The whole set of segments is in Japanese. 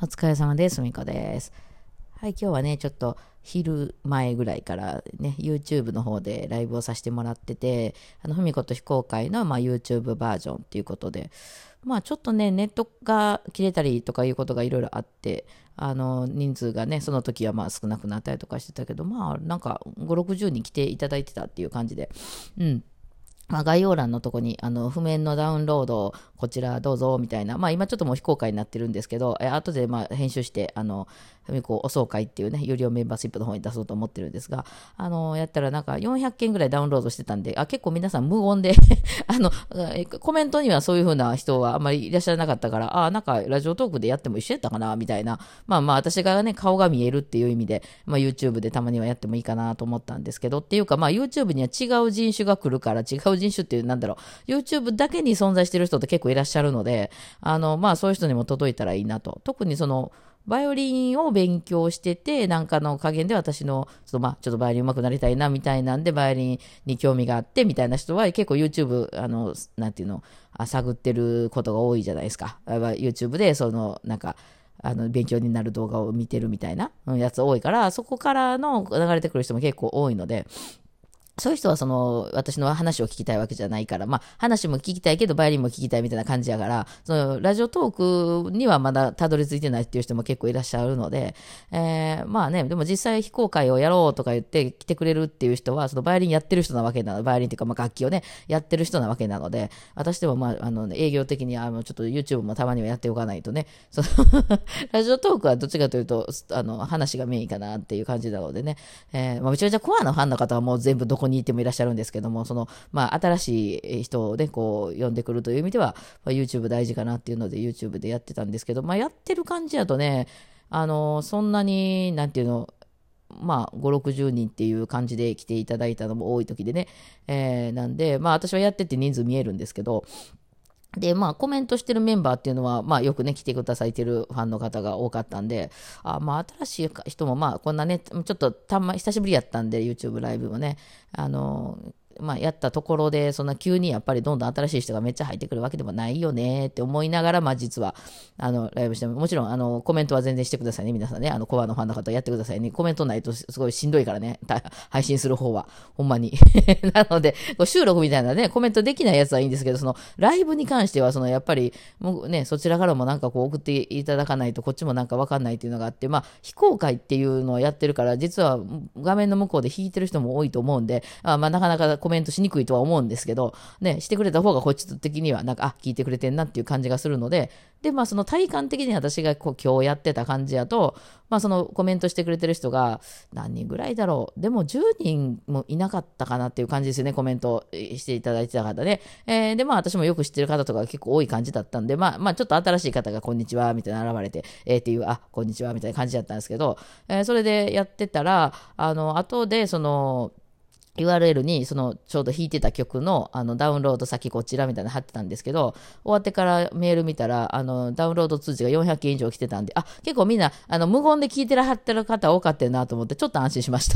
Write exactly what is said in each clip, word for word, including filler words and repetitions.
お疲れ様です。みこです。はい、今日はね、ちょっと昼前ぐらいからね、YouTube の方でライブをさせてもらってて、あの、ふみこと非公開の、まあ、YouTube バージョンっていうことで、まあ、ちょっとね、ネットが切れたりとかいうことがいろいろあって、あの、人数がね、その時はまあ少なくなったりとかしてたけど、まあ、なんかご、ろくじゅうにん来ていただいてたっていう感じで、うん。まあ、概要欄のとこに、あの、譜面のダウンロードをこちらどうぞ、みたいな。まあ、今ちょっともう非公開になってるんですけど、え、後でまあ、編集して、あの、ふみこお総会っていうね、有料メンバーシップの方に出そうと思ってるんですが、あの、やったらなんかよんひゃっけんぐらいダウンロードしてたんで、あ、結構皆さん無言であの、コメントにはそういう風な人はあんまりいらっしゃらなかったから、あ、なんかラジオトークでやっても一緒やったかな、みたいな。まあまあ、私がね、顔が見えるっていう意味で、まあ YouTube でたまにはやってもいいかなと思ったんですけど、っていうかまあ YouTube には違う人種が来るから、違う人種っていう、なんだろう、YouTube だけに存在してる人って結構いらっしゃるので、あの、まあそういう人にも届いたらいいなと。特にその、バイオリンを勉強してて、なんかの加減で私の、そのまあ、ちょっとバイオリン上手くなりたいな、みたいなんで、バイオリンに興味があって、みたいな人は結構 YouTube、あの、なんていうの、あ探ってることが多いじゃないですか。YouTube で、その、なんか、あの、勉強になる動画を見てるみたいなやつ多いから、そこからの流れてくる人も結構多いので、そういう人はその、私の話を聞きたいわけじゃないから、まあ、話も聞きたいけど、バイオリンも聞きたいみたいな感じやから、その、ラジオトークにはまだたどり着いてないっていう人も結構いらっしゃるので、えー、まあね、でも実際非公開をやろうとか言って来てくれるっていう人は、そのバイオリンやってる人なわけなの、バイオリンっていうか、まあ楽器をね、やってる人なわけなので、私でもまあ、あの、ね、営業的に、あの、ちょっと YouTube もたまにはやっておかないとね、そのラジオトークはどっちかというと、あの、話がメインかなっていう感じなのでね、えー、まあ、めちゃめちゃコアのファンの方はもう全部どこにいてもいらっしゃるんですけども、その、まあ、新しい人をね、こう、呼んでくるという意味では、まあ、YouTube 大事かなっていうので YouTube でやってたんですけど、まあ、やってる感じやとね、あの、そんなに、なんていうの、まあ、ご、ろくじゅうにんっていう感じで来ていただいたのも多い時でね。えー、なんで、まあ、私はやってて人数見えるんですけど、で、まあ、コメントしてるメンバーっていうのは、まあ、よくね、来てくださいてるファンの方が多かったんで、あ、まあ、新しい人も、まあ、こんなね、ちょっとたんま、久しぶりやったんで、YouTube ライブもね、あの、まあ、やったところで、そんな急にやっぱりどんどん新しい人がめっちゃ入ってくるわけでもないよねって思いながら、まあ、実は、あの、ライブしても、もちろん、あの、コメントは全然してくださいね、皆さんね。あの、コアのファンの方やってくださいね。コメントないとすごいしんどいからね、配信する方は。ほんまに。なので、こう収録みたいなね、コメントできないやつはいいんですけど、その、ライブに関しては、その、やっぱり、もうね、そちらからもなんかこう送っていただかないと、こっちもなんかわかんないっていうのがあって、まあ、非公開っていうのをやってるから、実は画面の向こうで弾いてる人も多いと思うんで、あまあ、なかなかコメントしにくいとは思うんですけど、ね、してくれた方がこっち的には、なんか、あ、聞いてくれてんなっていう感じがするので、で、まあ、その体感的に私がこう今日やってた感じやと、まあ、そのコメントしてくれてる人が何人ぐらいだろう。でもじゅうにんもいなかったかなっていう感じですよね、コメントしていただいてた方で。えー、で、まあ、私もよく知ってる方とかが結構多い感じだったんで、まあ、まあ、ちょっと新しい方がこんにちは、みたいな現れて、えー、っていう、あ、こんにちは、みたいな感じだったんですけど、えー、それでやってたら、あの、後で、その、ユーアールエル にそのちょうど弾いてた曲のあのダウンロード先こちらみたいなの貼ってたんですけど、終わってからメール見たら、あのダウンロード通知がよんひゃっけん以上来てたんで、あ、結構みんなあの無言で聞いてらはってる方多かったなと思ってちょっと安心しました。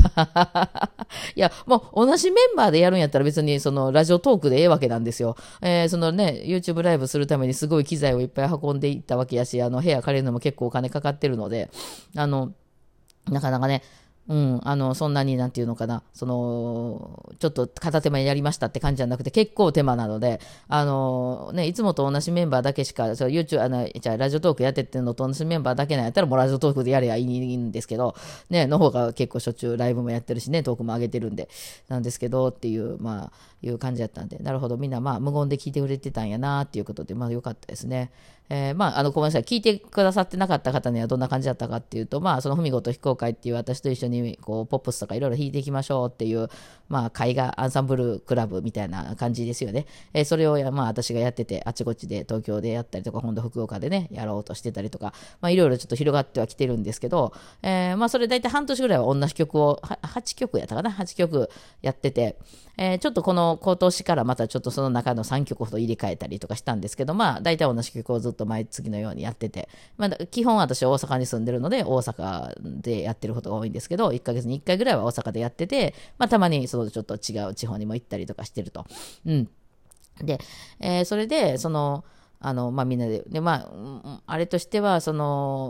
いや、もう同じメンバーでやるんやったら別にそのラジオトークでええわけなんですよ。えー、そのね、YouTube ライブするためにすごい機材をいっぱい運んでいったわけやし、あの部屋借りるのも結構お金かかってるので、あの、なかなかね、うん、あの、そんなになんていうのかな、その、ちょっと片手間にやりましたって感じじゃなくて、結構手間なので、あの、ね、いつもと同じメンバーだけしか、そ YouTube、あの、じゃあラジオトークやってってんのと同じメンバーだけなんやったら、もうラジオトークでやればいいんですけど、ね、の方が結構しょっちゅうライブもやってるしね、トークも上げてるんで、なんですけど、っていう、まあ、いう感じだったんで、なるほど、みんなまあ、無言で聞いてくれてたんやな、っていうことで、まあ、よかったですね。えー、まあ、あの、ごめんなさい。聞いてくださってなかった方にはどんな感じだったかっていうと、まあ、そのふみごと非公開っていう私と一緒に、こう、ポップスとかいろいろ弾いていきましょうっていう、まあ、絵画アンサンブルクラブみたいな感じですよね。えー、それをや、まあ、私がやってて、あちこちで東京でやったりとか、今度福岡でね、やろうとしてたりとか、まあ、いろいろちょっと広がってはきてるんですけど、えー、まあ、それ大体半年ぐらいは同じ曲を、ははちきょくやったかな？ はち 曲やってて、えー、ちょっとこの今年からまたちょっとその中のさんきょくほど入れ替えたりとかしたんですけど、まあ大体同じ曲をずっと毎月のようにやってて、まあ基本私は大阪に住んでるので大阪でやってることが多いんですけど、いっかげつにいっかいぐらいは大阪でやってて、まあたまにそのちょっと違う地方にも行ったりとかしてると。うん。で、えーそれで、その、あの、まあみんなで、で、まあ、あれとしては、その、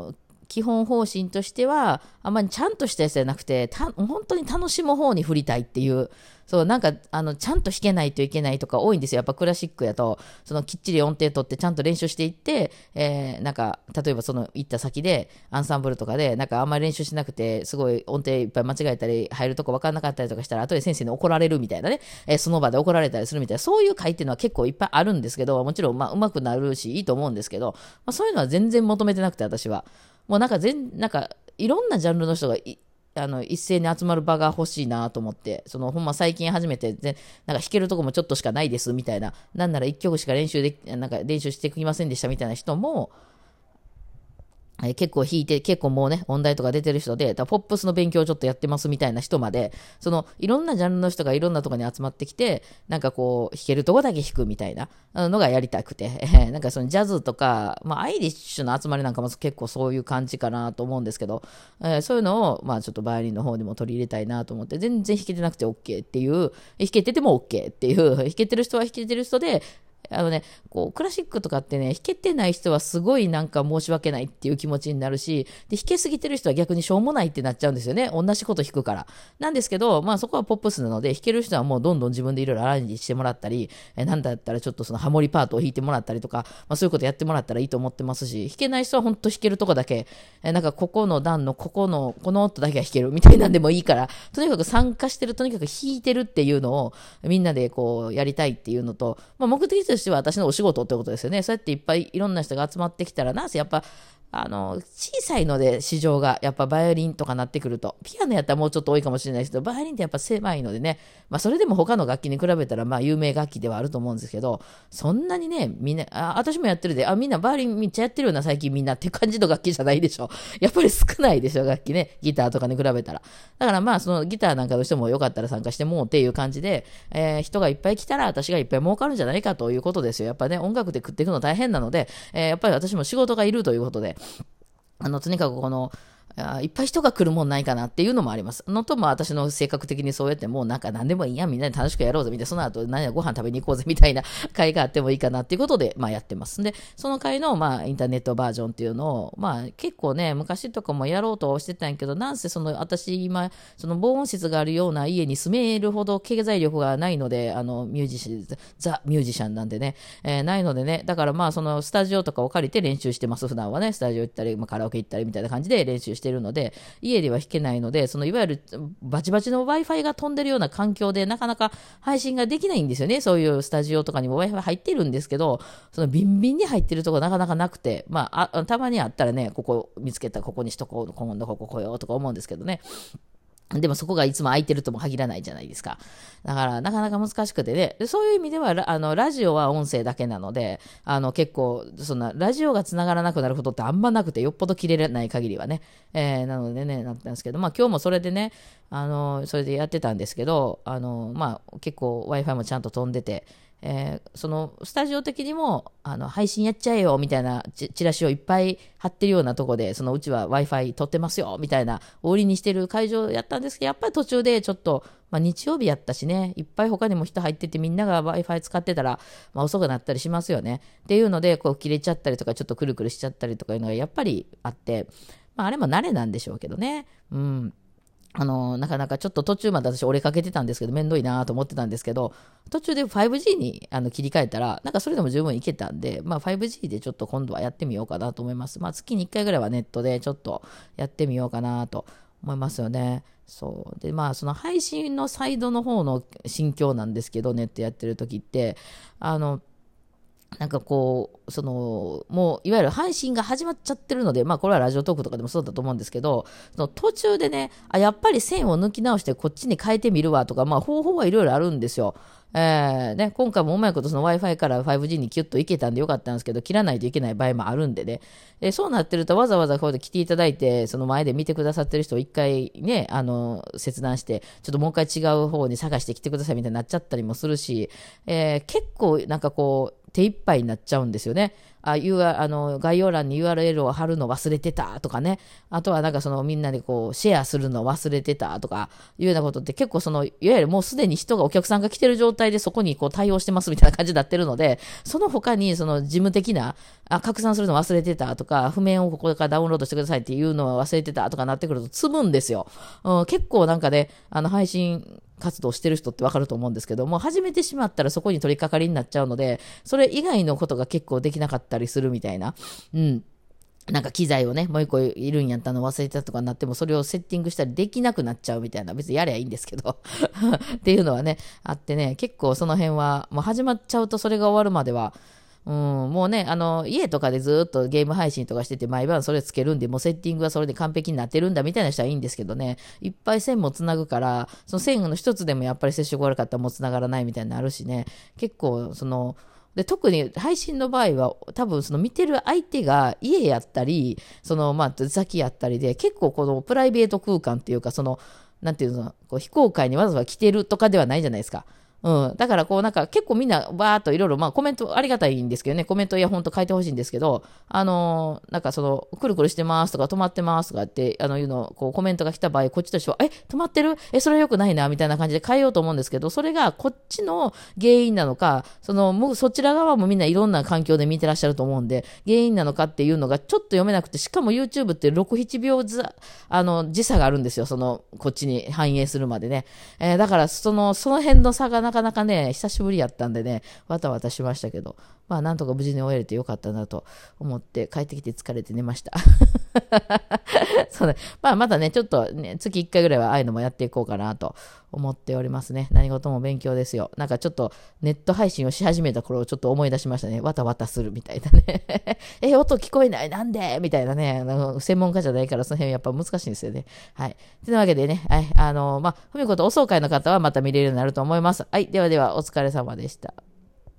基本方針としては、あんまりちゃんとしたやつじゃなくて、た本当に楽しむ方に振りたいっていう、そう、なんか、あの、ちゃんと弾けないといけないとか多いんですよ。やっぱクラシックやと、そのきっちり音程取ってちゃんと練習していって、えー、なんか、例えばその行った先で、アンサンブルとかで、なんかあんまり練習しなくて、すごい音程いっぱい間違えたり、入るとこ分かんなかったりとかしたら、後で先生に怒られるみたいなね、えー、その場で怒られたりするみたいな、そういう回っていうのは結構いっぱいあるんですけど、もちろん、まあ、上手くなるし、いいと思うんですけど、まあ、そういうのは全然求めてなくて、私は。もうなんか全、なんか、いろんなジャンルの人がい、あの一斉に集まる場が欲しいなと思って、そのほんま最近初めてでなんか弾けるとこもちょっとしかないですみたいな、なんならいっきょくしか練習でなんか練習してきませんでしたみたいな人も、えー結構弾いて、結構もうね、音大とか出てる人で、だポップスの勉強をちょっとやってますみたいな人まで、その、いろんなジャンルの人がいろんなところに集まってきて、なんかこう、弾けるとこだけ弾くみたいなのがやりたくて、えーなんかそのジャズとか、まあ、アイリッシュの集まりなんかも結構そういう感じかなと思うんですけど、えーそういうのを、まあちょっとバイオリンの方にも取り入れたいなと思って、全然弾けてなくて OK っていう、弾けてても OK っていう、弾けてる人は弾けてる人で、あのね、こうクラシックとかってね、弾けてない人はすごいなんか申し訳ないっていう気持ちになるし、で弾けすぎてる人は逆にしょうもないってなっちゃうんですよね。同じこと弾くから。なんですけど、まあそこはポップスなので、弾ける人はもうどんどん自分でいろいろアレンジしてもらったり、えなんだったらちょっとそのハモリパートを弾いてもらったりとか、まあそういうことやってもらったらいいと思ってますし、弾けない人は本当弾けるとこだけ、えなんかここの段のここのこの音だけは弾けるみたいなんでもいいから、とにかく参加してる、とにかく弾いてるっていうのをみんなでこうやりたいっていうのと、まあ目的としては私のお仕事ってことですよね。そうやっていっぱいいろんな人が集まってきたら、なんせやっぱあの小さいので市場がやっぱバイオリンとかなってくると、ピアノやったらもうちょっと多いかもしれないですけど、バイオリンってやっぱ狭いのでね、まあそれでも他の楽器に比べたらまあ有名楽器ではあると思うんですけど、そんなにね、みんな、あ、私もやってるで、あ、みんなバイオリンめっちゃやってるよな最近みんなっていう感じの楽器じゃないでしょ。やっぱり少ないでしょ、楽器ね、ギターとかに比べたら。だからまあそのギターなんかの人もよかったら参加してもうっていう感じで、えー人がいっぱい来たら私がいっぱい儲かるんじゃないかということですよ。やっぱね、音楽で食っていくの大変なので、えーやっぱり私も仕事がいるということで、あの、とにかくこの、あいっぱい人が来るもんないかなっていうのもあります。のと、まあ私の性格的にそうやってもうなんか何でもいいやん、みんなで楽しくやろうぜ、みたいな、その後何やご飯食べに行こうぜ、みたいな会があってもいいかなっていうことで、まあやってます。で、その会の、まあインターネットバージョンっていうのを、まあ結構ね、昔とかもやろうとはしてたんやけど、なんせその私今、その防音室があるような家に住めるほど経済力がないので、あの、ミュージシャン、ザ・ミュージシャンなんでね、えーないのでね、だからまあそのスタジオとかを借りて練習してます、普段はね、スタジオ行ったり、まあ、カラオケ行ったりみたいな感じで練習してるので、家では弾けないので、そのいわゆるバチバチの Wi-Fi が飛んでるような環境でなかなか配信ができないんですよね。そういうスタジオとかにも Wi-Fi 入ってるんですけど、そのビンビンに入ってるところなかなかなくて、まあ、あたまにあったらね、ここ見つけたらここにしとこう、今度ここ来ようとか思うんですけどね。でもそこがいつも空いてるとも限らないじゃないですか。だからなかなか難しくてね。でそういう意味ではラ、あの、ラジオは音声だけなので、あの、結構、そんな、ラジオが繋がらなくなることってあんまなくて、よっぽど切れない限りはね。えー、なのでね、なったんですけど、まあ今日もそれでね、あの、それでやってたんですけど、あの、まあ結構 Wi-Fi もちゃんと飛んでて、えーそのスタジオ的にもあの配信やっちゃえよみたいなチチラシをいっぱい貼ってるようなとこで、そのうちは Wi-Fi 取ってますよみたいなお売りにしてる会場やったんですけど、やっぱり途中でちょっと、まあ、日曜日やったしね、いっぱい他にも人入っててみんなが Wi-Fi 使ってたら、まあ、遅くなったりしますよねっていうので、こう切れちゃったりとかちょっとくるくるしちゃったりとかいうのがやっぱりあって、まあ、あれも慣れなんでしょうけどね。うん。あの、なかなかちょっと途中まで私折れかけてたんですけど、めんどいなと思ってたんですけど、途中で ファイブジー にあの切り替えたら、なんかそれでも十分いけたんで、まあ ファイブジー でちょっと今度はやってみようかなと思います。まあ月にいっかいぐらいはネットでちょっとやってみようかなと思いますよね。そう。で、まあその配信のサイドの方の心境なんですけど、ネットやってる時って、あの、なんかこう、その、もう、いわゆる配信が始まっちゃってるので、まあ、これはラジオトークとかでもそうだと思うんですけど、その途中でね、あ、やっぱり線を抜き直してこっちに変えてみるわとか、まあ、方法はいろいろあるんですよ。えー、ね、今回もうまいことその Wi-Fi から ファイブジー にキュッといけたんでよかったんですけど、切らないといけない場合もあるんでね。でそうなってると、わざわざこうで来ていただいて、その前で見てくださってる人を一回ね、あの、切断して、ちょっともう一回違う方に探してきてくださいみたいになっちゃったりもするし、えー、結構なんかこう、 手一杯になっちゃうんですよね。あ、U あの概要欄に ユーアールエル を貼るの忘れてたとかね。あとはなんかそのみんなでこうシェアするの忘れてたとかいうようなことって結構そのいわゆるもうすでに人がお客さんが来てる状態でそこにこう対応してますみたいな感じになってるので、その他にその事務的なあ拡散するの忘れてたとか譜面をここからダウンロードしてくださいっていうのは忘れてたとかなってくると積むんですよ。うん、結構なんかねあの配信活動してる人ってわかると思うんですけども、始めてしまったらそこに取り掛かりになっちゃうので、それ以外のことが結構できなかったりするみたいな。うん。なんか機材をね、もう一個いるんやったの忘れてたとかになっても、それをセッティングしたりできなくなっちゃうみたいな、別にやりゃいいんですけど。っていうのはね、あってね、結構その辺は、もう始まっちゃうとそれが終わるまでは、うん、もうね、あの、家とかでずっとゲーム配信とかしてて、毎晩それつけるんで、もうセッティングはそれで完璧になってるんだみたいな人はいいんですけどね、いっぱい線もつなぐから、その線の一つでもやっぱり接触悪かったらもうつながらないみたいになるしね、結構、その、で特に配信の場合は多分その見てる相手が家やったりそのまあ出先やったりで結構このプライベート空間っていうかそのなんていうのこう非公開にわざわざ来てるとかではないじゃないですか。うん。だからこうなんか結構みんなバーっといろいろまあコメントありがたいんですけどね、コメントいやほんと書いてほしいんですけど、あのーなんかそのくるくるしてますとか止まってますとかってあのいうのこうコメントが来た場合こっちとしてはえ止まってるえそれは良くないなみたいな感じで変えようと思うんですけど、それがこっちの原因なのか、そのもうそちら側もみんないろんな環境で見てらっしゃると思うんで原因なのかっていうのがちょっと読めなくて、しかも YouTube ってろく、ななびょうずあの時差があるんですよ、そのこっちに反映するまでね。えーだからそのその辺の差がなかなかね久しぶりやったんでね、わたわたしましたけど、まあなんとか無事に終えれてよかったなと思って帰ってきて疲れて寝ました。そうね。まあまだね、ちょっとね、月いっかいぐらいはああいうのもやっていこうかなと思っておりますね。何事も勉強ですよ。なんかちょっとネット配信をし始めた頃をちょっと思い出しましたね。わたわたするみたいなね。え、音聞こえないなんでみたいなね。あの専門家じゃないからその辺やっぱ難しいんですよね。はい。というわけでね、はい。あの、まあ、ふみことお総会の方はまた見れるようになると思います。はい。ではではお疲れ様でした。